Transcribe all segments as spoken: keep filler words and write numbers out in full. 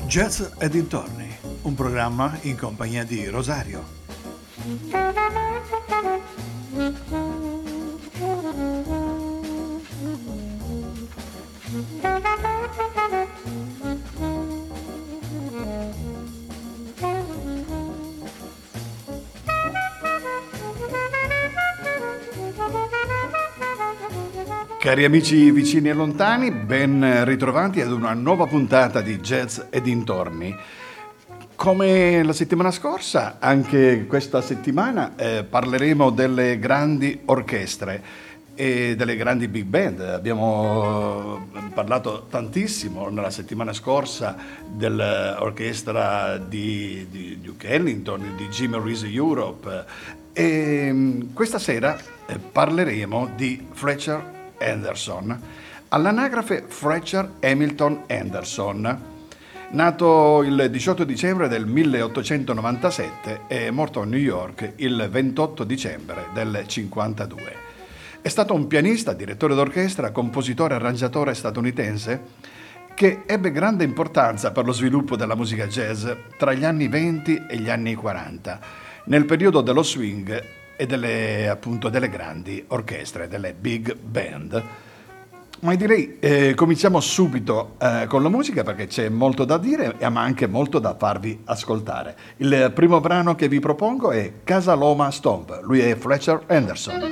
Jazz e dintorni, un programma in compagnia di Rosario. Cari amici vicini e lontani, ben ritrovati ad una nuova puntata di Jazz e dintorni. Come la settimana scorsa, anche questa settimana eh, parleremo delle grandi orchestre e delle grandi big band. Abbiamo parlato tantissimo nella settimana scorsa dell'orchestra di, di Duke Ellington, di Jim Reeves Europe, e questa sera eh, parleremo di Fletcher Henderson, all'anagrafe Fletcher Hamilton Henderson, nato il diciotto dicembre del milleottocentonovantasette e morto a New York il ventotto dicembre del cinquantadue. È stato un pianista, direttore d'orchestra, compositore e arrangiatore statunitense che ebbe grande importanza per lo sviluppo della musica jazz tra gli anni venti e gli anni quaranta, nel periodo dello swing e delle, appunto, delle grandi orchestre, delle big band. Ma direi eh, cominciamo subito eh, con la musica, perché c'è molto da dire ma anche molto da farvi ascoltare. Il primo brano che vi propongo è Casa Loma Stomp, lui è Fletcher Henderson.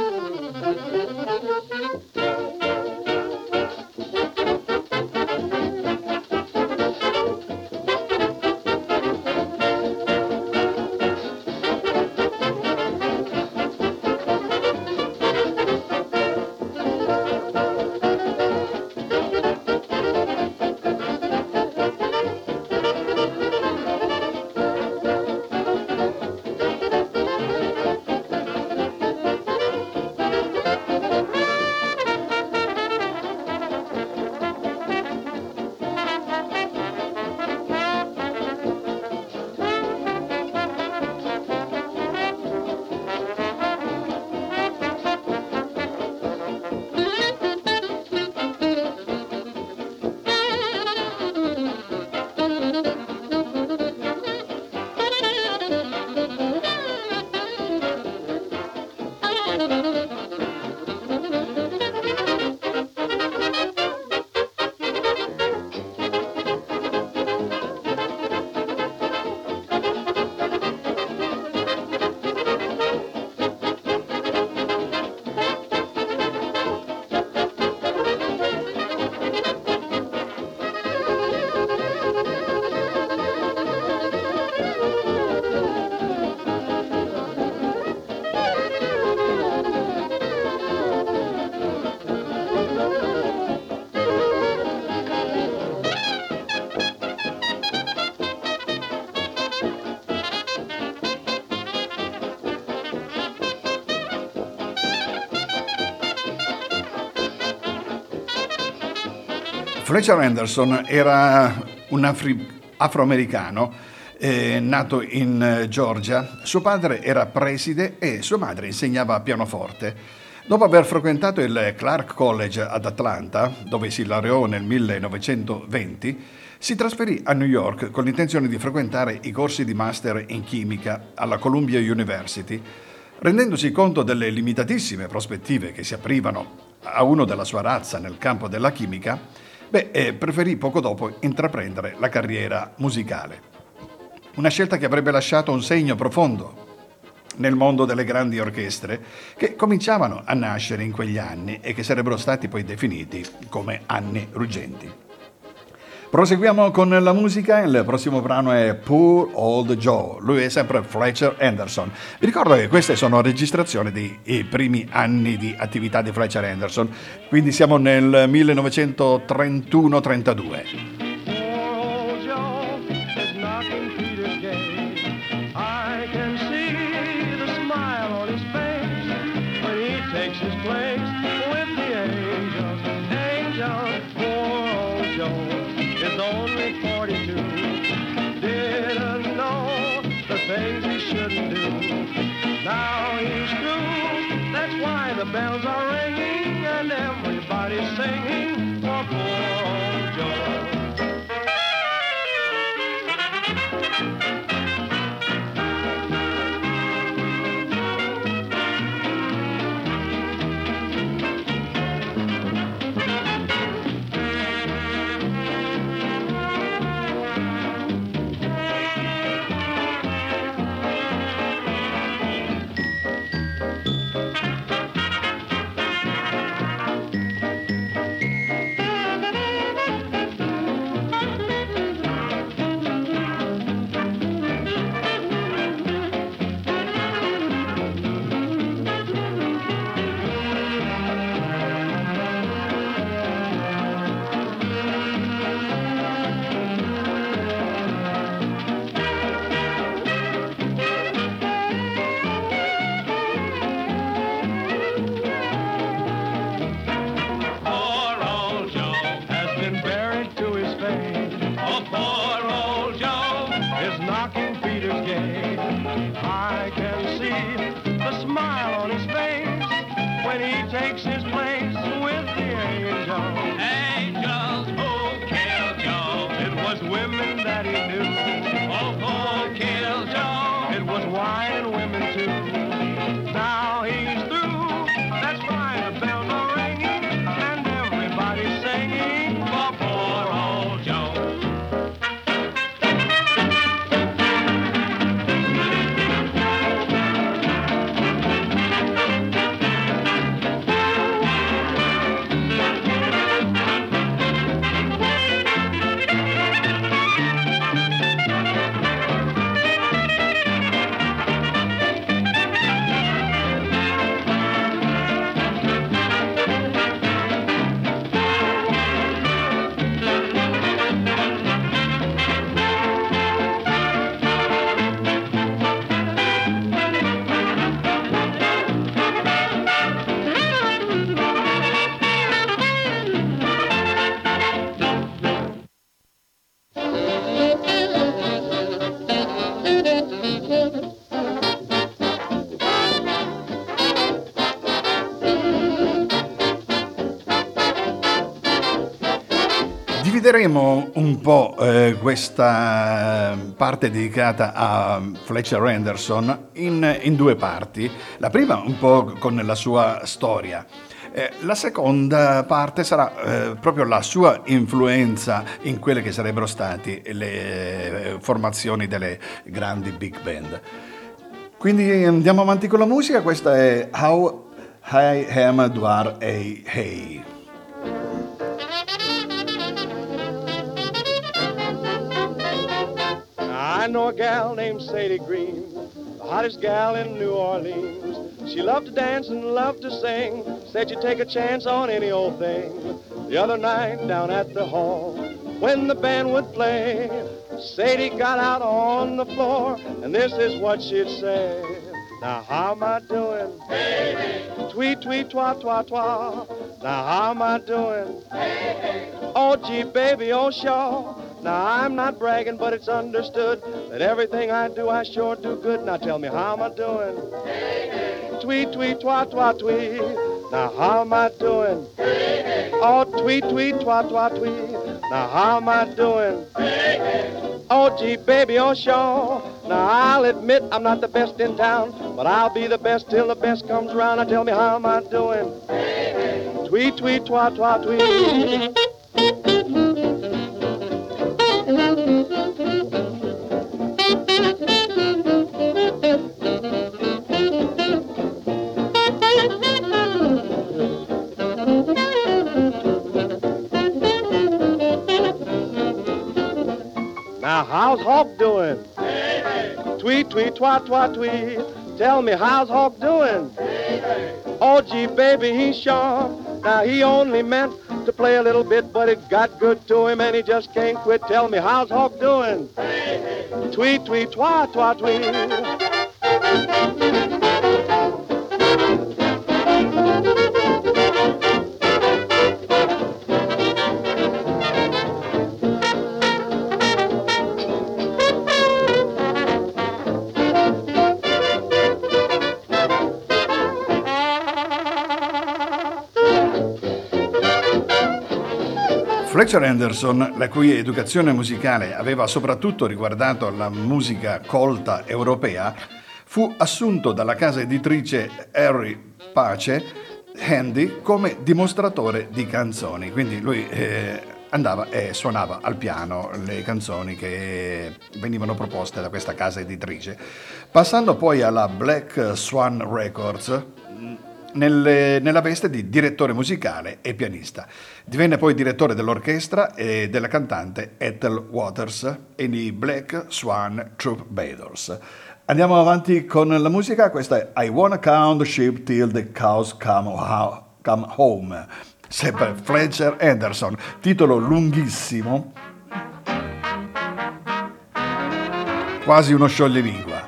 Fletcher Henderson era un afri- afroamericano eh, nato in eh, Georgia. Suo padre era preside e sua madre insegnava pianoforte. Dopo aver frequentato il Clark College ad Atlanta, dove si laureò nel millenovecentoventi, si trasferì a New York con l'intenzione di frequentare i corsi di master in chimica alla Columbia University. Rendendosi conto delle limitatissime prospettive che si aprivano a uno della sua razza nel campo della chimica, Beh, eh, preferì poco dopo intraprendere la carriera musicale. Una scelta che avrebbe lasciato un segno profondo nel mondo delle grandi orchestre che cominciavano a nascere in quegli anni e che sarebbero stati poi definiti come anni ruggenti. Proseguiamo con la musica, il prossimo brano è Poor Old Joe, lui è sempre Fletcher Henderson. Vi ricordo che queste sono registrazioni dei primi anni di attività di Fletcher Henderson, quindi siamo nel millenovecentotrentuno trentadue. The bells are ringing and everybody's singing for poor old Joe. can see the smile on his face when he takes his place with the angels. Angels who killed Joe. It was women that he knew. Oh, who killed Joe. It was wine and women too. Now he's through. That's why the bells are ringing and everybody's singing for poor old Joe. Divideremo un po' eh, questa parte dedicata a Fletcher Henderson in, in due parti. La prima un po' con la sua storia. Eh, la seconda parte sarà eh, proprio la sua influenza in quelle che sarebbero state le eh, formazioni delle grandi big band. Quindi andiamo avanti con la musica. Questa è How I Am Duar Hey Hey. I know a gal named Sadie Green, the hottest gal in New Orleans. She loved to dance and loved to sing, said you'd take a chance on any old thing. The other night down at the hall, when the band would play, Sadie got out on the floor, and this is what she'd say. Now how am I doing? Hey, hey. Tweet, tweet, twa, twa, twa. Now how am I doing? Hey, hey. Oh, gee, baby, oh, sure. Now, I'm not bragging, but it's understood that everything I do, I sure do good. Now, tell me, how am I doing? Hey, hey. Tweet, tweet, twa, twa, tweet. Now, how am I doing? Hey, hey. Oh, tweet, tweet, twa, twa, tweet. Now, how am I doing? Hey, hey. Oh, gee, baby, oh, sure. Now, I'll admit I'm not the best in town, but I'll be the best till the best comes around. Now, tell me, how am I doing? Hey, hey. Tweet, tweet, twa, twa, tweet. Now, how's Hawk doing? Hey, hey. Tweet, tweet, twat, twat, tweet. Tell me, how's Hawk doing? Hey, hey. Oh, gee, baby, he's sharp. Now, he only meant to play a little bit, but it got good to him, and he just can't quit. Tell me, how's Hawk doing? Hey, hey. Tweet, tweet, twat, twat, tweet. Fletcher Henderson, la cui educazione musicale aveva soprattutto riguardato la musica colta europea, fu assunto dalla casa editrice Harry Pace Handy come dimostratore di canzoni. Quindi lui eh, andava e suonava al piano le canzoni che venivano proposte da questa casa editrice. Passando poi alla Black Swan Records, Nelle, nella veste di direttore musicale e pianista. Divenne poi direttore dell'orchestra e della cantante Ethel Waters e i Black Swan Troubadours. Andiamo avanti con la musica. Questa è I Wanna Count the Sheep Till the Cows Come, ho- come Home, sempre Fletcher Henderson, titolo lunghissimo, quasi uno scioglilingua.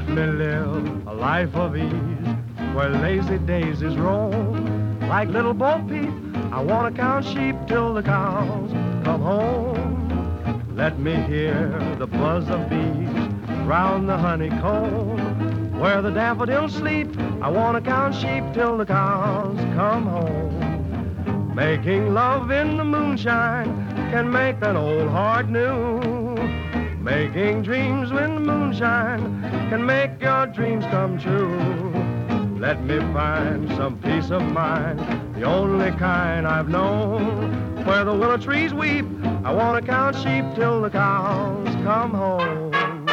Let me live a life of ease where lazy daisies roam. Like little Bo Peep, I want to count sheep till the cows come home. Let me hear the buzz of bees round the honeycomb. Where the daffodils sleep, I want to count sheep till the cows come home. Making love in the moonshine can make an old heart new. Making dreams in the moonshine can make your dreams come true. Let me find some peace of mind, the only kind I've known. Where the willow trees weep, I want to count sheep till the cows come home.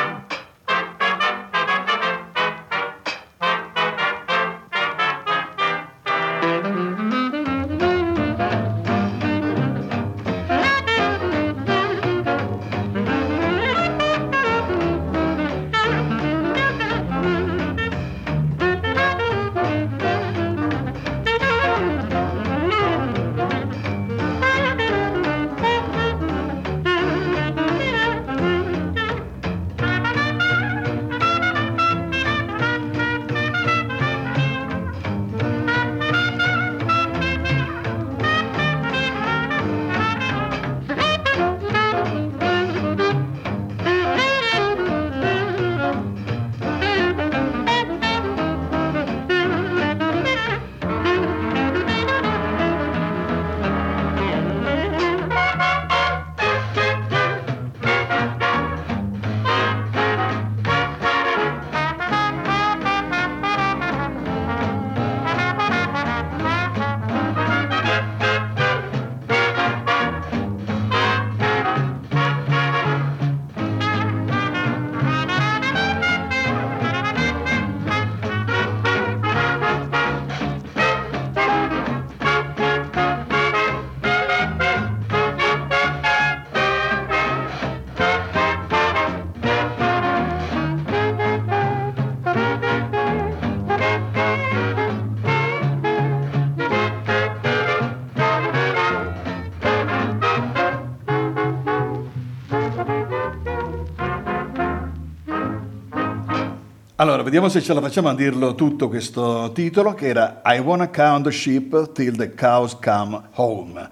Allora, vediamo se ce la facciamo a dirlo tutto questo titolo, che era I Wanna Count the Sheep Till the Cows Come Home.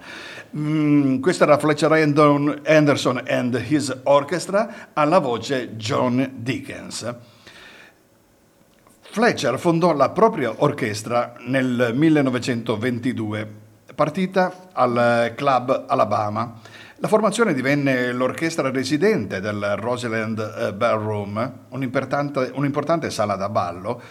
Mm, questo era Fletcher Henderson and His Orchestra, alla voce John Dickens. Fletcher fondò la propria orchestra nel millenovecentoventidue, partita al Club Alabama. La formazione divenne l'orchestra residente del Roseland Ballroom, un'importante, un'importante sala da ballo,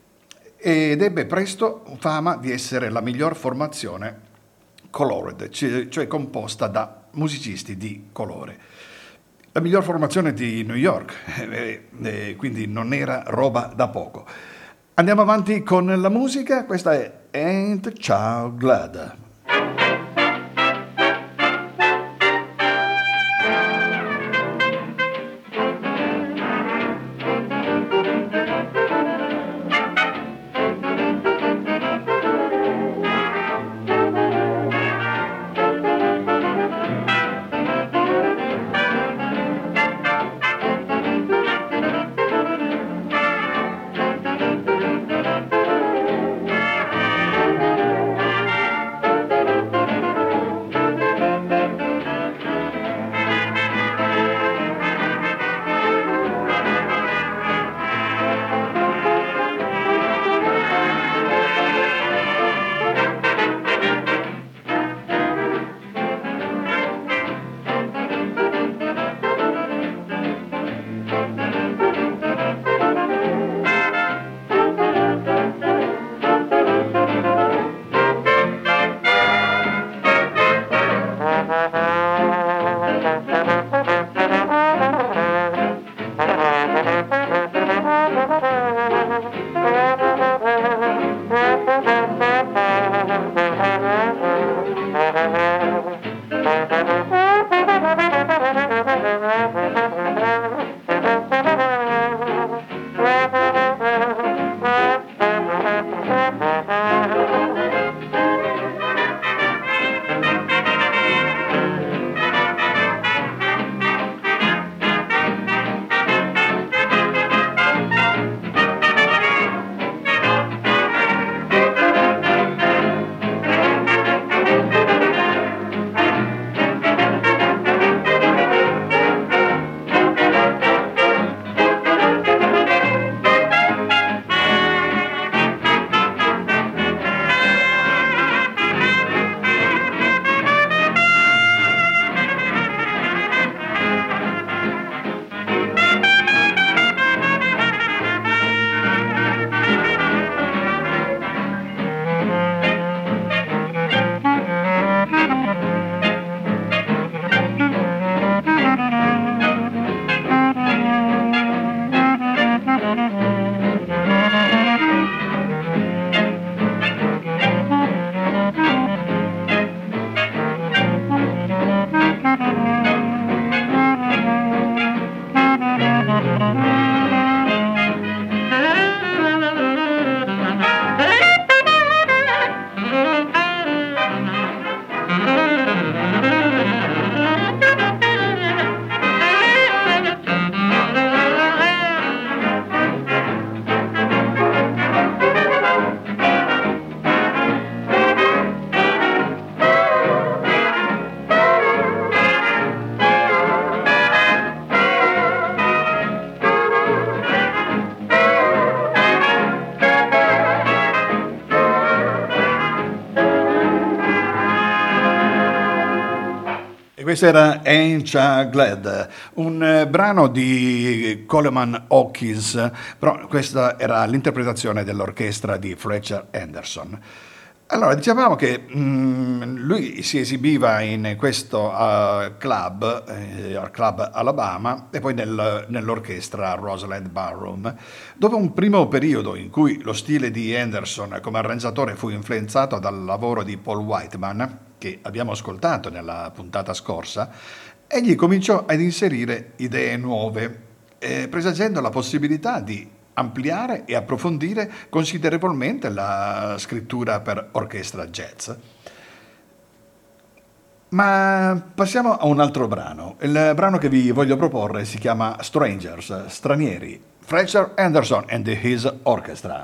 ed ebbe presto fama di essere la miglior formazione colored, cioè composta da musicisti di colore. La miglior formazione di New York, eh, eh, quindi non era roba da poco. Andiamo avanti con la musica, questa è Ain't a Child Glad. Questo era Ain't Ya Glad, un eh, brano di Coleman Hawkins, però questa era l'interpretazione dell'orchestra di Fletcher Henderson. Allora, dicevamo che mh, lui si esibiva in questo uh, club, eh, al Club Alabama, e poi nel, nell'orchestra Roseland Ballroom. Dopo un primo periodo in cui lo stile di Henderson come arrangiatore fu influenzato dal lavoro di Paul Whiteman, che abbiamo ascoltato nella puntata scorsa, egli cominciò ad inserire idee nuove, eh, presagendo la possibilità di ampliare e approfondire considerevolmente la scrittura per orchestra jazz. Ma passiamo a un altro brano. Il brano che vi voglio proporre si chiama Strangers, Stranieri, Fletcher Henderson and His Orchestra.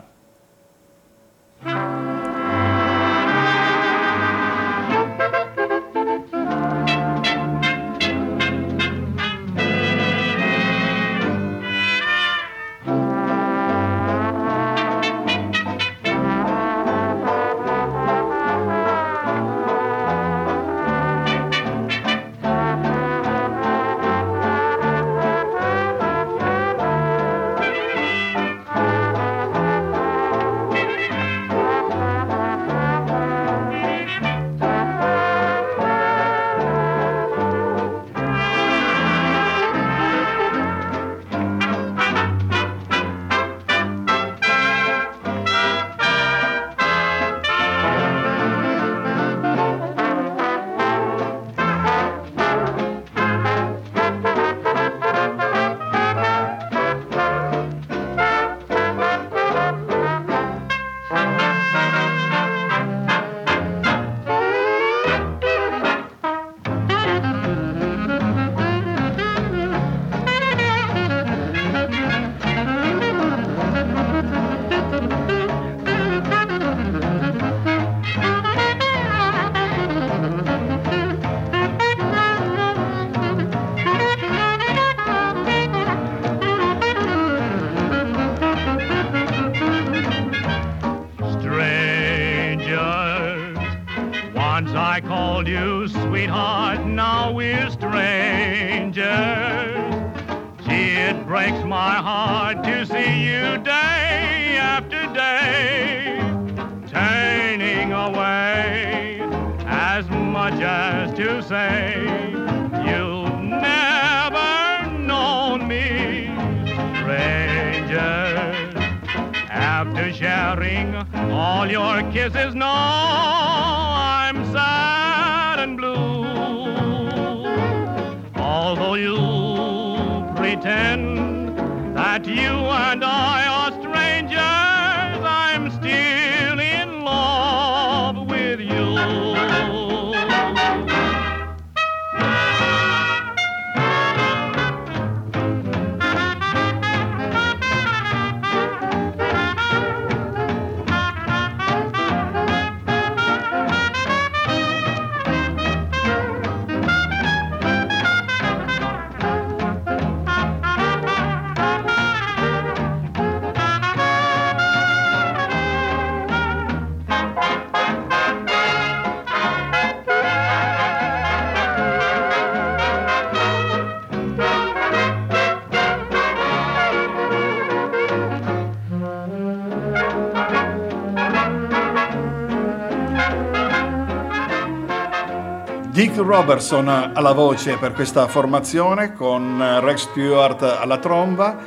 Dick Robertson alla voce per questa formazione, con Rex Stewart alla tromba,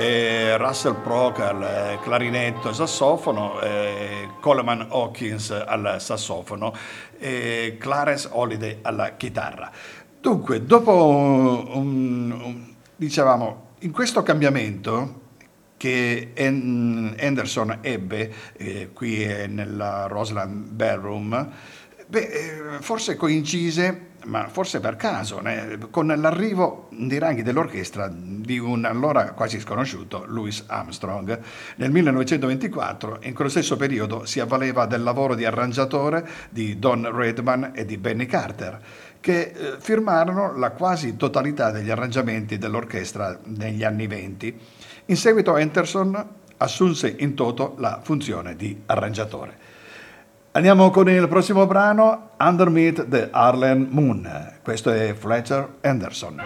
e Russell Prock al clarinetto e sassofono, e Coleman Hawkins al sassofono e Clarence Holiday alla chitarra. Dunque, dopo un, un, dicevamo, in questo cambiamento che Henderson ebbe eh, qui nella Roseland Ballroom, beh, forse coincise, ma forse per caso, né, con l'arrivo nei ranghi dell'orchestra di un allora quasi sconosciuto Louis Armstrong. Nel millenovecentoventiquattro, in quello stesso periodo, si avvaleva del lavoro di arrangiatore di Don Redman e di Benny Carter, che eh, firmarono la quasi totalità degli arrangiamenti dell'orchestra negli anni venti. In seguito Henderson assunse in toto la funzione di arrangiatore. Andiamo con il prossimo brano, Under the Harlem Moon. Questo è Fletcher Henderson.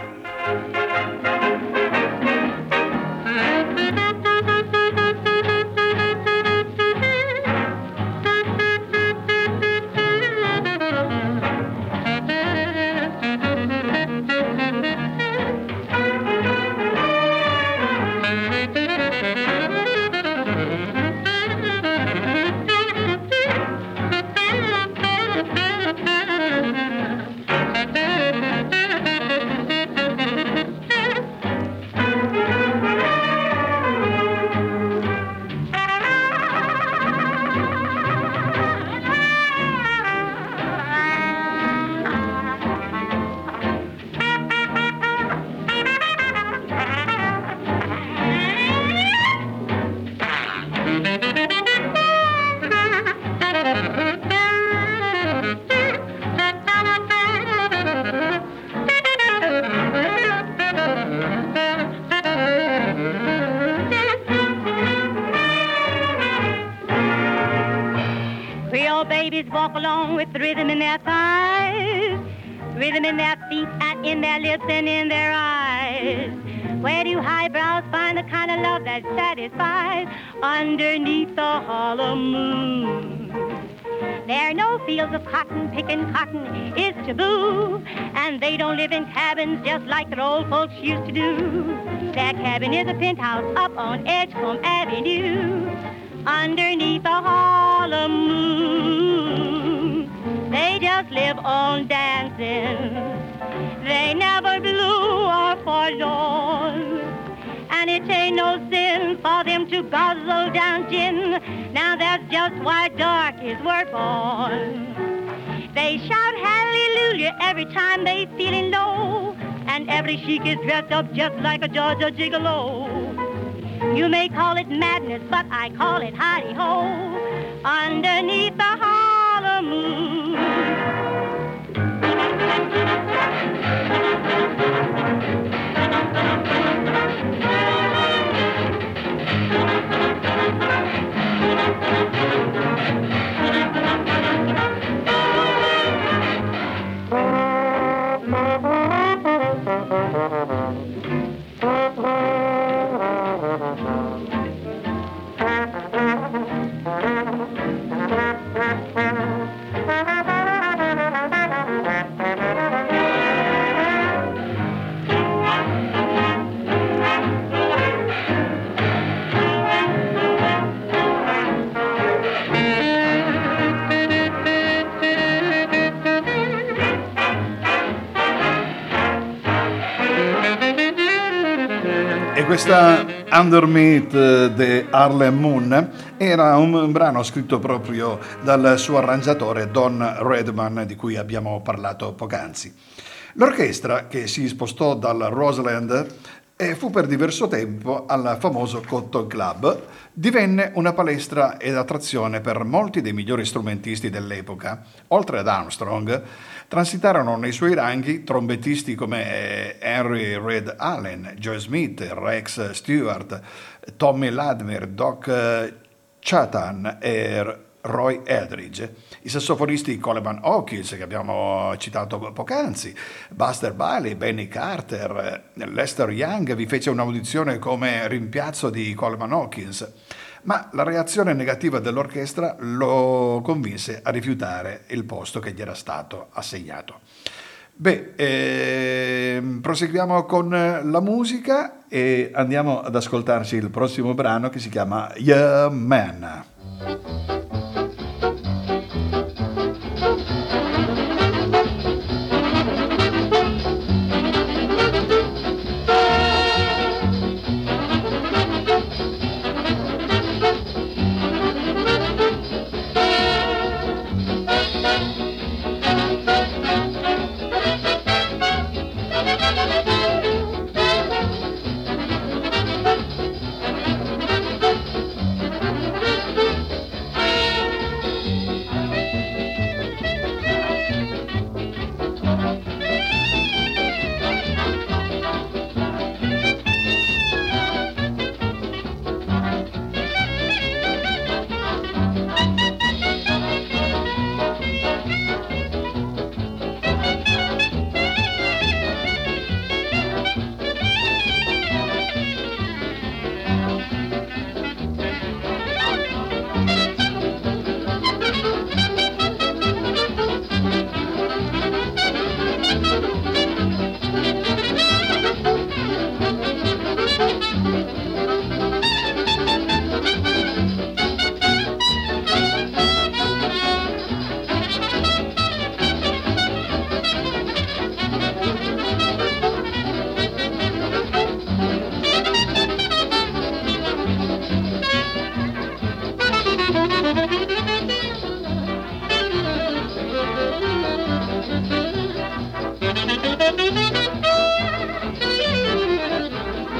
Walk along with the rhythm in their thighs, rhythm in their feet and in their lips and in their eyes. Where do highbrows find the kind of love that satisfies underneath the Harlem moon? There are no fields of cotton, picking cotton is taboo, and they don't live in cabins just like their old folks used to do. Their cabin is a penthouse up on Edgecombe Avenue, underneath the Harlem moon. They just live on dancing. They never blue or forlorn. And it ain't no sin for them to guzzle down gin. Now that's just why dark is work on. They shout hallelujah every time they feeling low, and every chic is dressed up just like a Georgia gigolo. You may call it madness, but I call it hidey-ho, underneath the Harlem moon. Questa Underneath the Harlem Moon era un brano scritto proprio dal suo arrangiatore Don Redman, di cui abbiamo parlato poc'anzi. L'orchestra, che si spostò dal Roseland e fu per diverso tempo al famoso Cotton Club, divenne una palestra ed attrazione per molti dei migliori strumentisti dell'epoca. Oltre ad Armstrong, transitarono nei suoi ranghi trombettisti come Henry Red Allen, Joe Smith, Rex Stewart, Tommy Ladner, Doc Chatham e Roy Eldridge, i sassofonisti Coleman Hawkins, che abbiamo citato poc'anzi, Buster Bailey, Benny Carter, Lester Young vi fece un'audizione come rimpiazzo di Coleman Hawkins, ma la reazione negativa dell'orchestra lo convinse a rifiutare il posto che gli era stato assegnato. Beh, ehm, proseguiamo con la musica e andiamo ad ascoltarci il prossimo brano, che si chiama Yeah Man.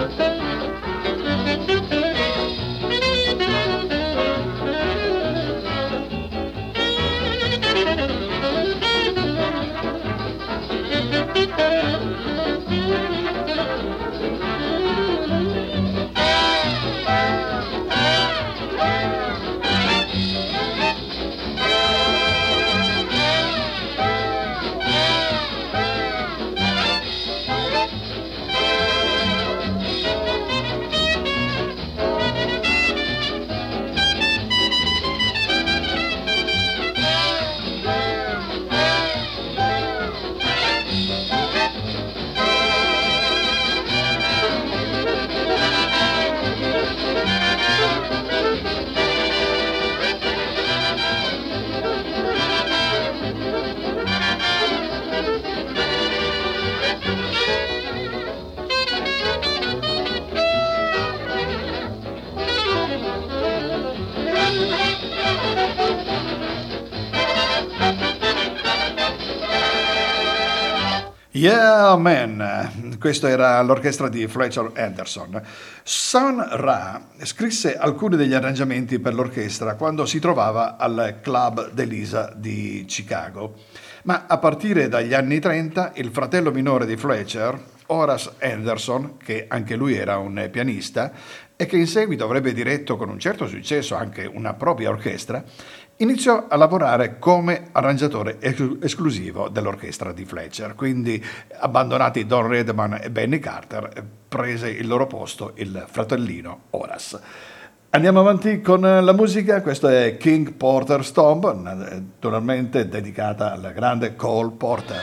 Yeah Man, questo era l'orchestra di Fletcher Henderson. Sun Ra scrisse alcuni degli arrangiamenti per l'orchestra quando si trovava al Club d'Elisa di Chicago, ma a partire dagli anni trenta il fratello minore di Fletcher, Horace Henderson, che anche lui era un pianista e che in seguito avrebbe diretto con un certo successo anche una propria orchestra, iniziò a lavorare come arrangiatore esclusivo dell'orchestra di Fletcher. Quindi, abbandonati Don Redman e Benny Carter, prese il loro posto il fratellino Horace. Andiamo avanti con la musica. Questo è King Porter's Tomb, naturalmente dedicata al grande Cole Porter.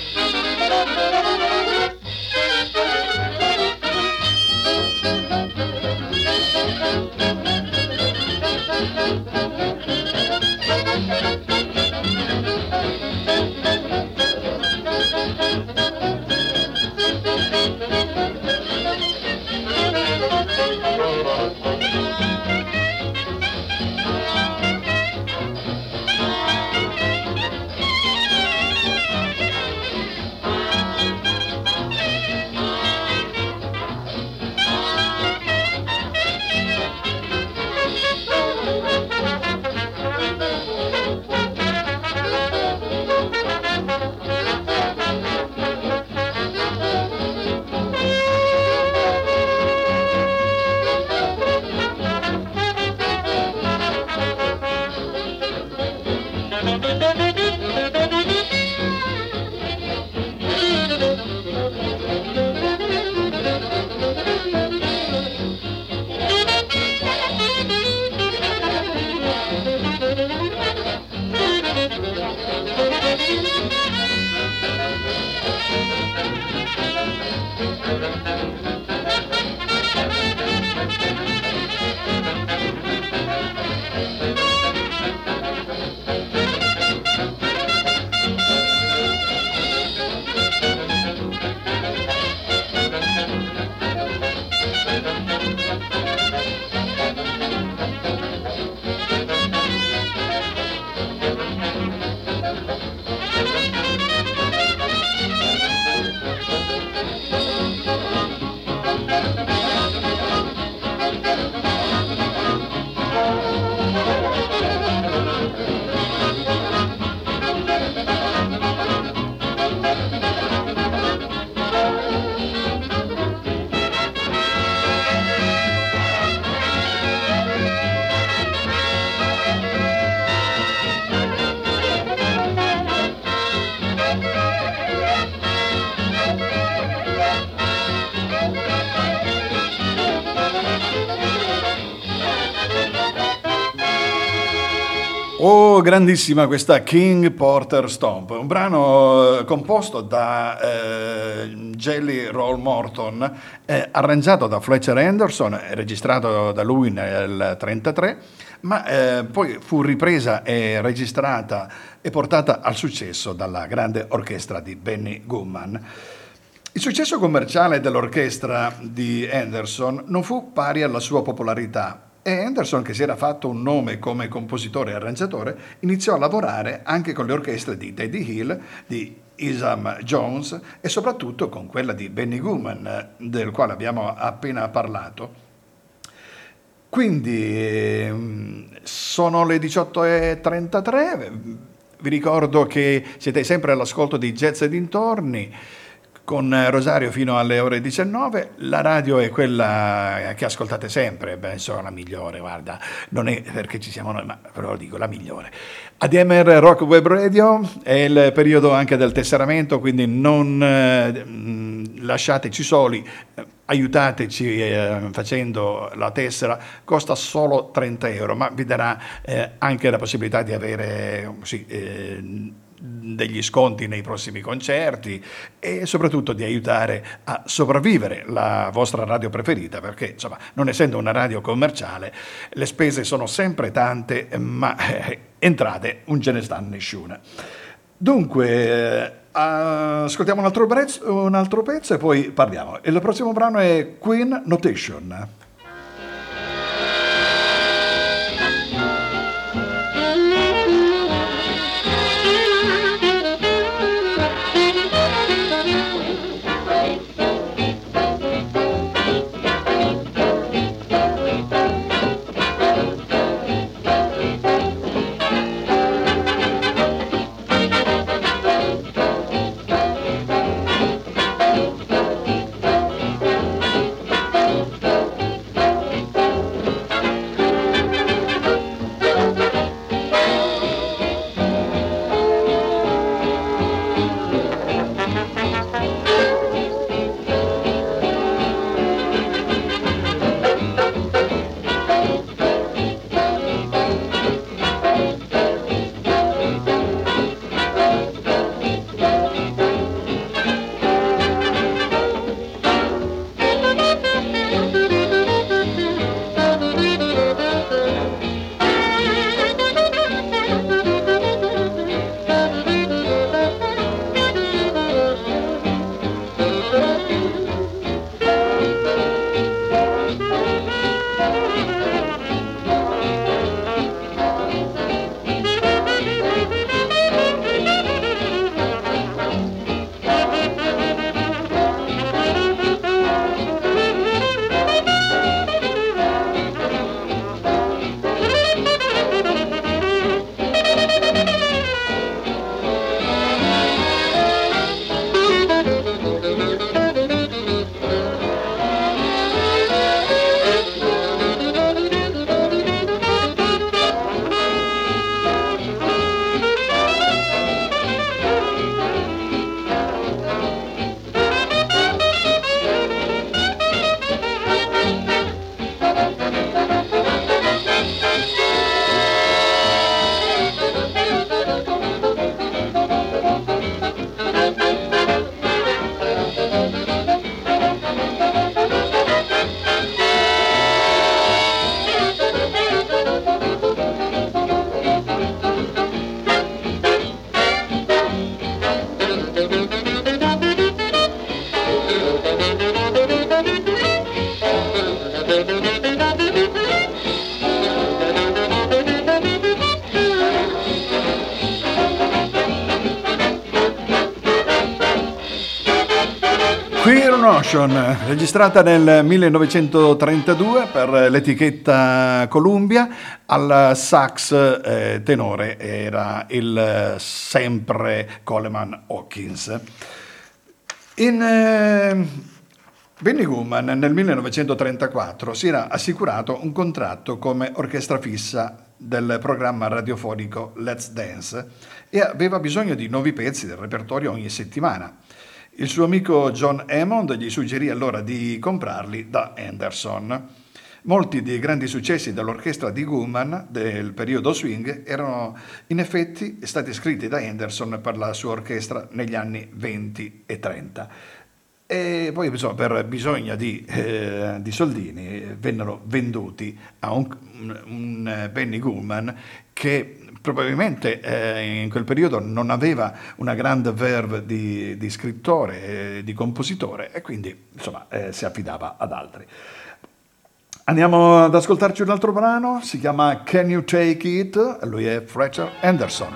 Thank you. Oh, grandissima questa King Porter Stomp, un brano composto da eh, Jelly Roll Morton, eh, arrangiato da Fletcher Henderson, registrato da lui nel trentatré, ma eh, poi fu ripresa e registrata e portata al successo dalla grande orchestra di Benny Goodman. Il successo commerciale dell'orchestra di Henderson non fu pari alla sua popolarità. E Henderson, che si era fatto un nome come compositore e arrangiatore, iniziò a lavorare anche con le orchestre di Teddy Hill, di Isam Jones e soprattutto con quella di Benny Goodman, del quale abbiamo appena parlato. Quindi sono le diciotto e trentatré, vi ricordo che siete sempre all'ascolto di Jazz e dintorni, con Rosario fino alle ore diciannove. La radio è quella che ascoltate sempre, beh, insomma, la migliore, guarda, non è perché ci siamo noi, ma però lo dico, la migliore. A D M R Rock Web Radio è il periodo anche del tesseramento, quindi non eh, lasciateci soli, eh, aiutateci eh, facendo la tessera, costa solo trenta euro, ma vi darà eh, anche la possibilità di avere sì, eh, degli sconti nei prossimi concerti e soprattutto di aiutare a sopravvivere la vostra radio preferita, perché insomma, non essendo una radio commerciale, le spese sono sempre tante, ma eh, entrate non ce ne stanno nessuna. Dunque eh, ascoltiamo un altro, prezzo, un altro pezzo e poi parliamo. Il prossimo brano è Queen Notation. Registrata nel millenovecentotrentadue per l'etichetta Columbia, al sax eh, tenore era il sempre Coleman Hawkins. In eh, Benny Goodman nel millenovecentotrentaquattro si era assicurato un contratto come orchestra fissa del programma radiofonico Let's Dance e aveva bisogno di nuovi pezzi del repertorio ogni settimana. Il suo amico John Hammond gli suggerì allora di comprarli da Henderson. Molti dei grandi successi dell'orchestra di Goodman del periodo swing erano in effetti stati scritti da Henderson per la sua orchestra negli anni venti e trenta. E poi insomma, per bisogno di, eh, di soldini vennero venduti a un, un, un Benny Goodman che probabilmente eh, in quel periodo non aveva una grande verve di, di scrittore, eh, di compositore, e quindi insomma eh, si affidava ad altri. Andiamo ad ascoltarci un altro brano, si chiama Can You Take It? Lui è Fletcher Henderson.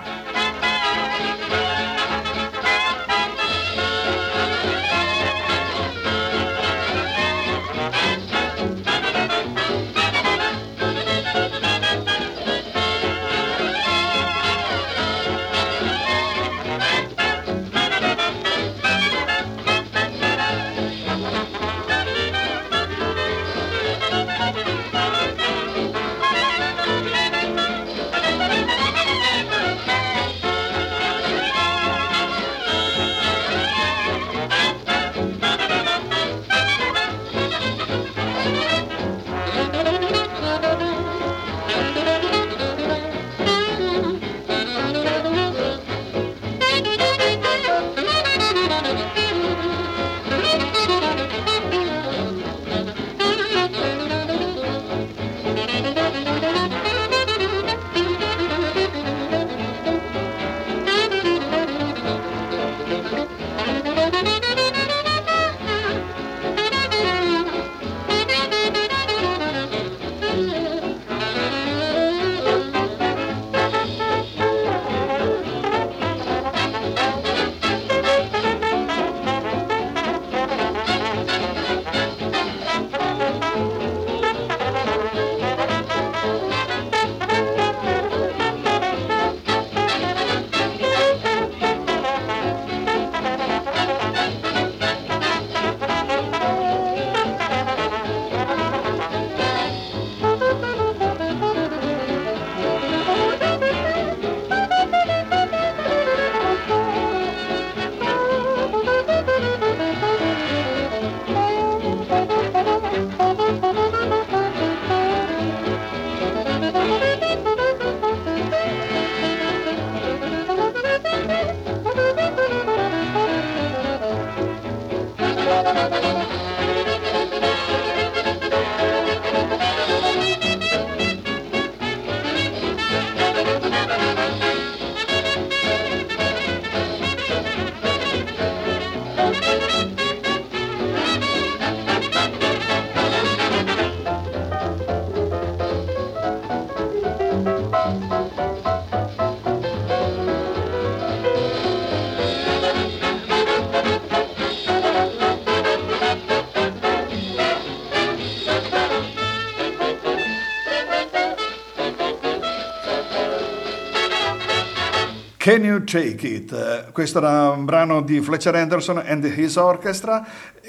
Can You Take It? Questo era un brano di Fletcher Henderson and His Orchestra,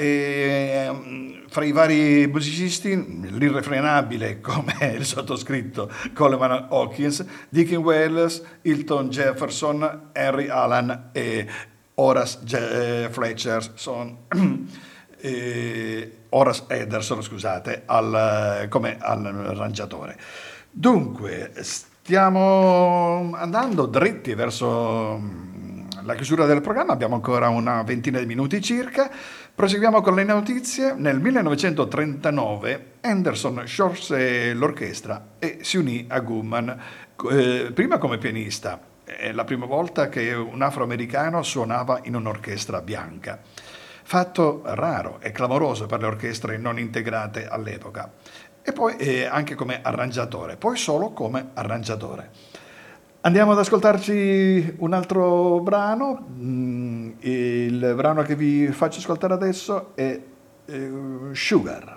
e fra i vari musicisti l'irrefrenabile, come il sottoscritto, Coleman Hawkins, Dickie Wells, Hilton Jefferson, Henry Allen e Horace J- Fletcher son, eh, Horace Henderson, scusate, al, come arrangiatore. Dunque, stiamo andando dritti verso la chiusura del programma, abbiamo ancora una ventina di minuti circa. Proseguiamo con le notizie. Nel millenovecentotrentanove Henderson sciolse l'orchestra e si unì a Goodman, eh, prima come pianista. È la prima volta che un afroamericano suonava in un'orchestra bianca. Fatto raro e clamoroso per le orchestre non integrate all'epoca. E poi eh, anche come arrangiatore, poi solo come arrangiatore. Andiamo ad ascoltarci un altro brano. Mm, il brano che vi faccio ascoltare adesso è eh, Sugar.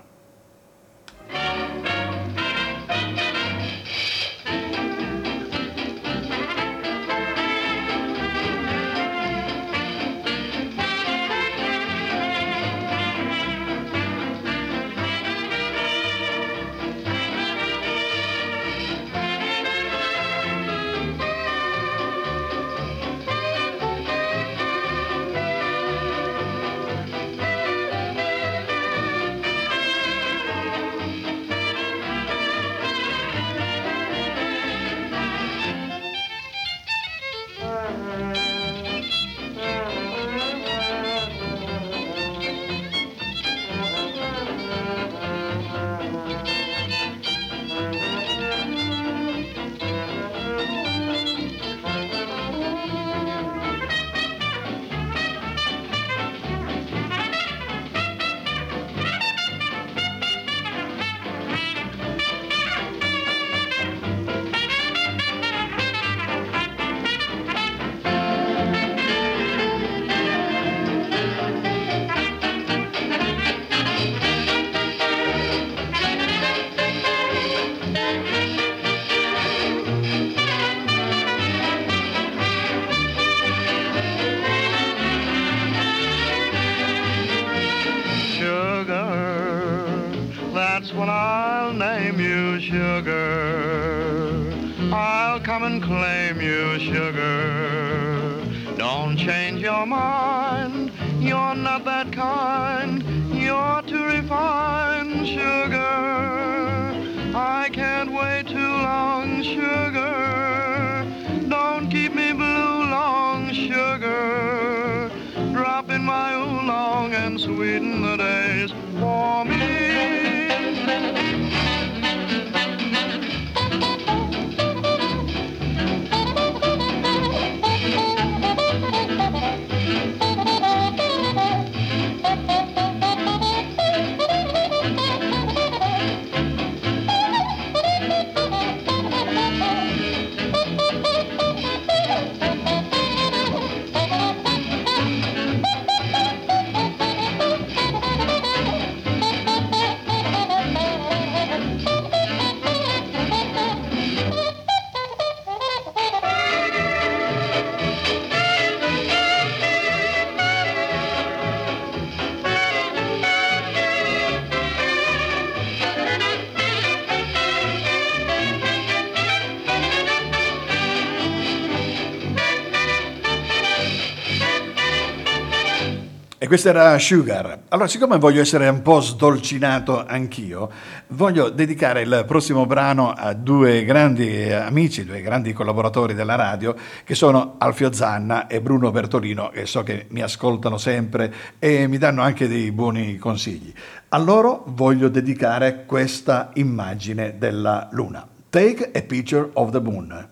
sugar. I'll come and claim you, sugar. Don't change your mind, you're not that kind. You're too refined, sugar. I can't wait too long, sugar. Don't keep me blue long, sugar. Drop in my oolong and sweeten the days for me. E questo era Sugar. Allora, siccome voglio essere un po' sdolcinato anch'io, voglio dedicare il prossimo brano a due grandi amici, due grandi collaboratori della radio, che sono Alfio Zanna e Bruno Bertolino, che so che mi ascoltano sempre e mi danno anche dei buoni consigli. A loro voglio dedicare questa immagine della luna. Take a Picture of the Moon.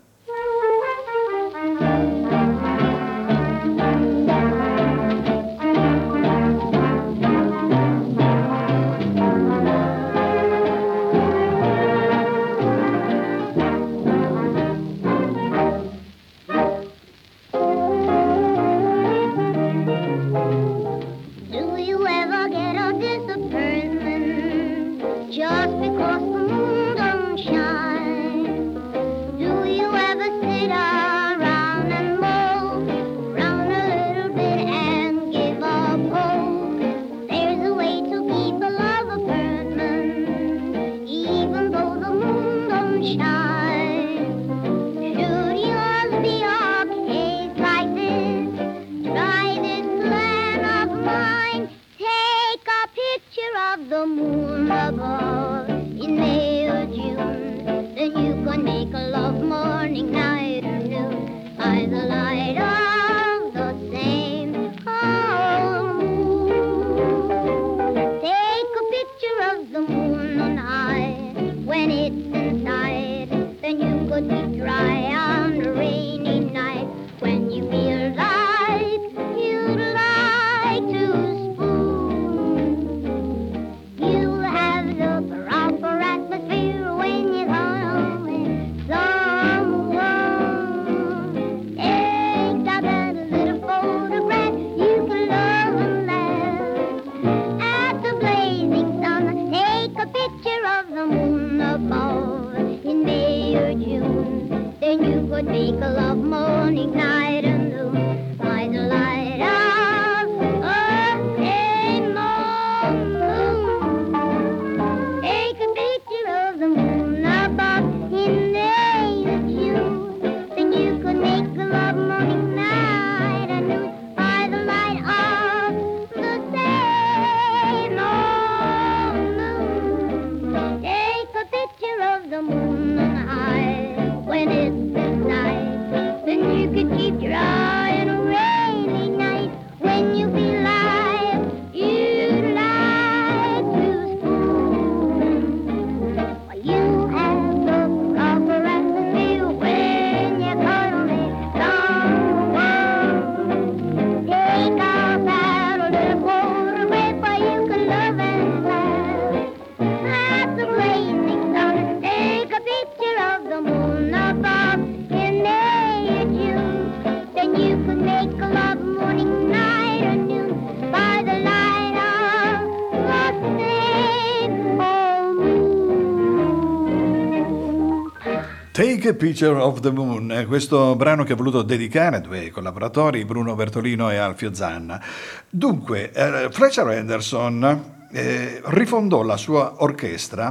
Take a Picture of the Moon, questo brano che ho voluto dedicare a due collaboratori, Bruno Bertolino e Alfio Zanna. Dunque, eh, Fletcher Henderson eh, rifondò la sua orchestra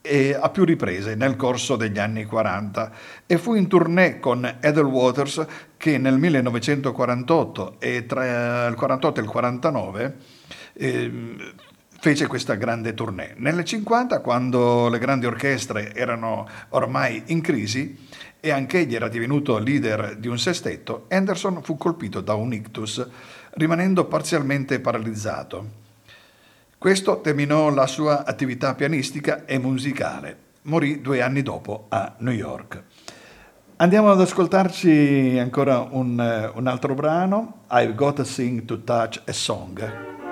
e a più riprese nel corso degli anni quaranta e fu in tournée con Ethel Waters che nel millenovecentoquarantotto e tra il quarantotto e il quarantanove eh, fece questa grande tournée. Nel cinquanta, quando le grandi orchestre erano ormai in crisi e anch'egli era divenuto leader di un sestetto, Anderson fu colpito da un ictus, rimanendo parzialmente paralizzato. Questo terminò la sua attività pianistica e musicale. Morì due anni dopo a New York. Andiamo ad ascoltarci ancora un, un altro brano, I've Got to Sing to Touch a Song.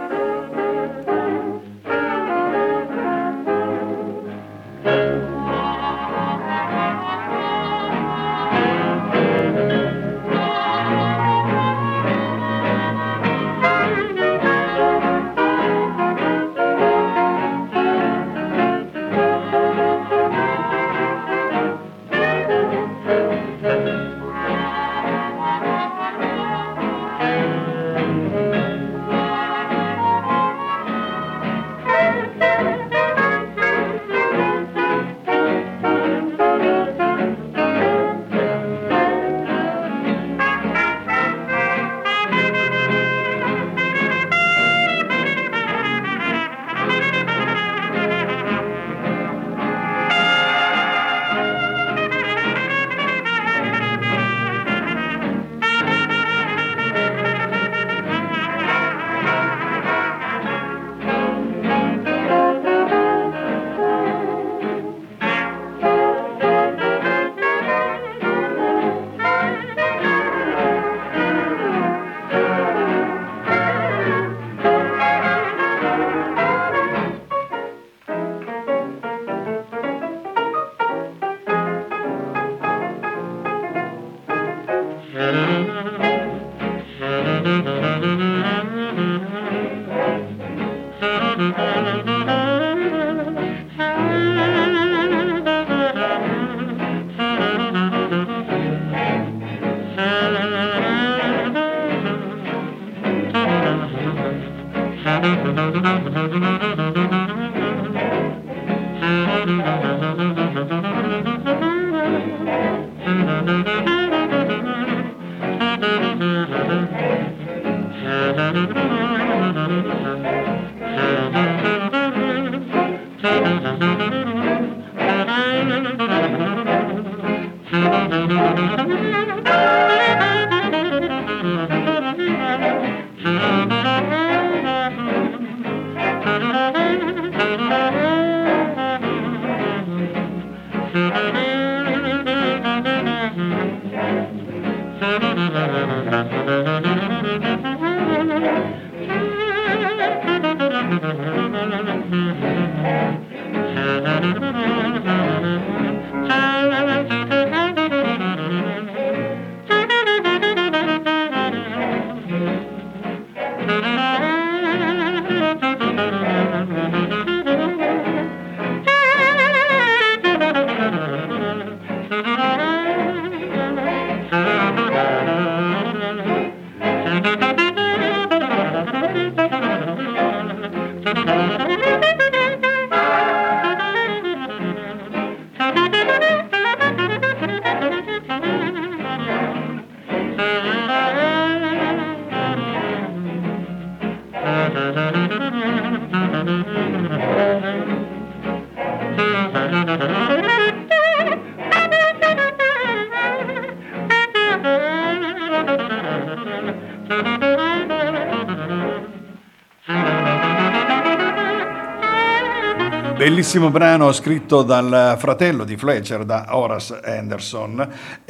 Bellissimo brano scritto dal fratello di Fletcher, da Horace Anderson,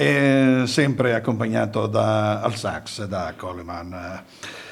e sempre accompagnato da, al sax da Coleman.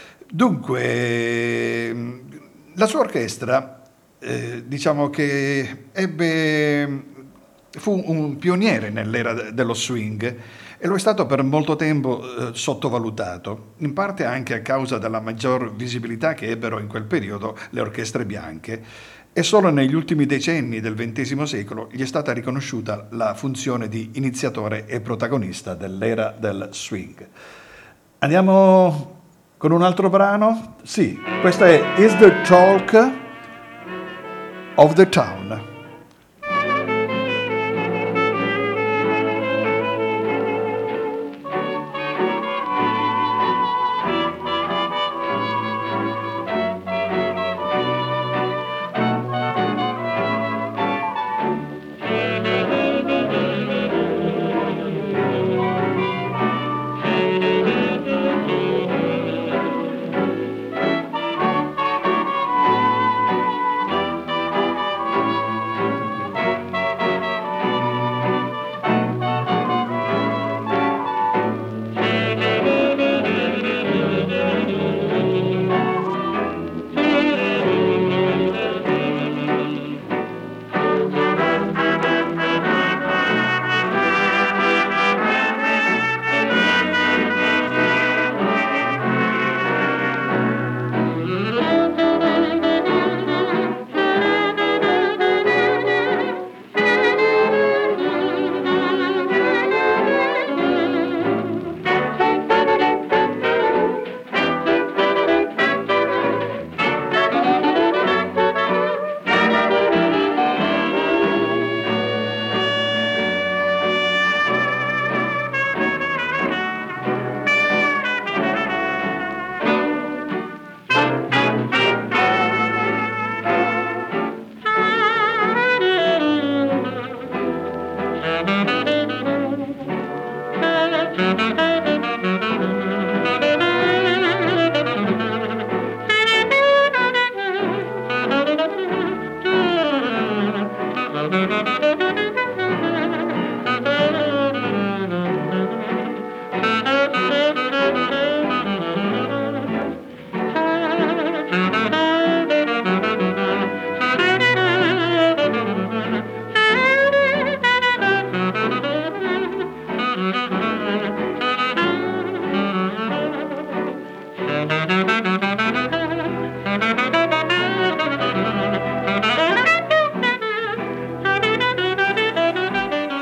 Dunque, la sua orchestra, eh, diciamo che ebbe, fu un pioniere nell'era dello swing e lo è stato per molto tempo eh, sottovalutato, in parte anche a causa della maggior visibilità che ebbero in quel periodo le orchestre bianche. E solo negli ultimi decenni del ventesimo secolo gli è stata riconosciuta la funzione di iniziatore e protagonista dell'era del swing. Andiamo con un altro brano? Sì, questa è Is the Talk of the Town.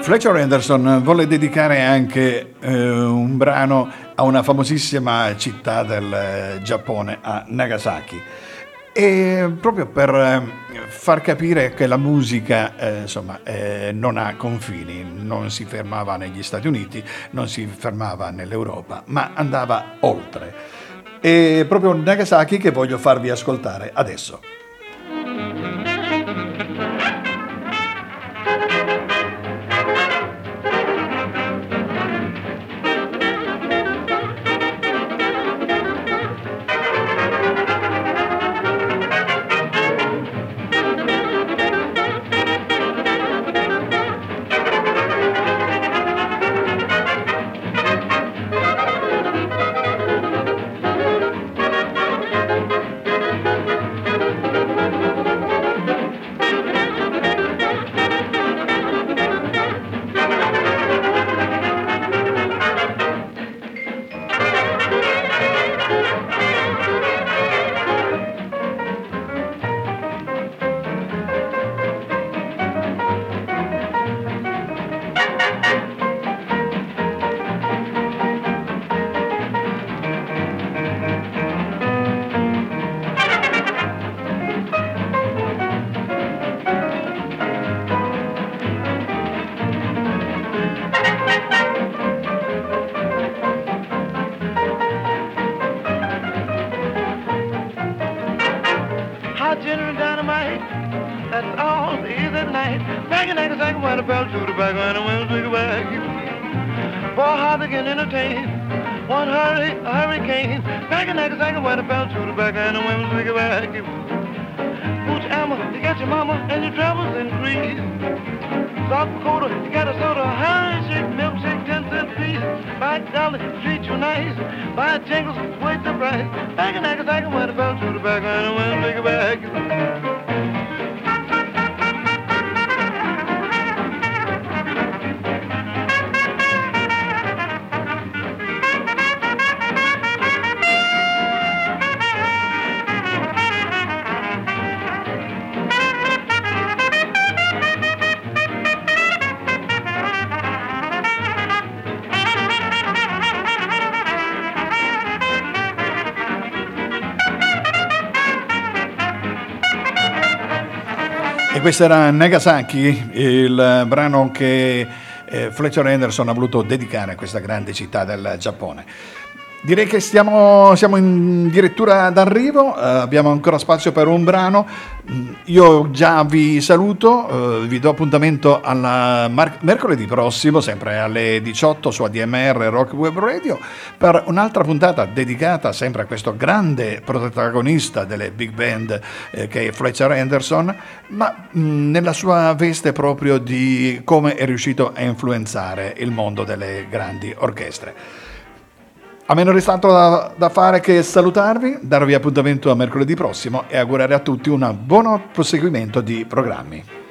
Fletcher Henderson volle dedicare anche eh, un brano a una famosissima città del eh, Giappone, a Nagasaki, e proprio per eh, far capire che la musica eh, insomma, eh, non ha confini, non si fermava negli Stati Uniti, non si fermava nell'Europa, ma andava oltre. È proprio Nagasaki che voglio farvi ascoltare adesso. E questo era Nagasaki, il brano che eh, Fletcher Henderson ha voluto dedicare a questa grande città del Giappone. Direi che stiamo, siamo in dirittura d'arrivo, eh, abbiamo ancora spazio per un brano. Io già vi saluto, eh, vi do appuntamento alla mar- mercoledì prossimo, sempre alle diciotto su A D M R Rock Web Radio, per un'altra puntata dedicata sempre a questo grande protagonista delle big band eh, che è Fletcher Henderson, ma mh, nella sua veste proprio di come è riuscito a influenzare il mondo delle grandi orchestre. A me non è restato da, da fare che salutarvi, darvi appuntamento a mercoledì prossimo e augurare a tutti un buon proseguimento di programmi.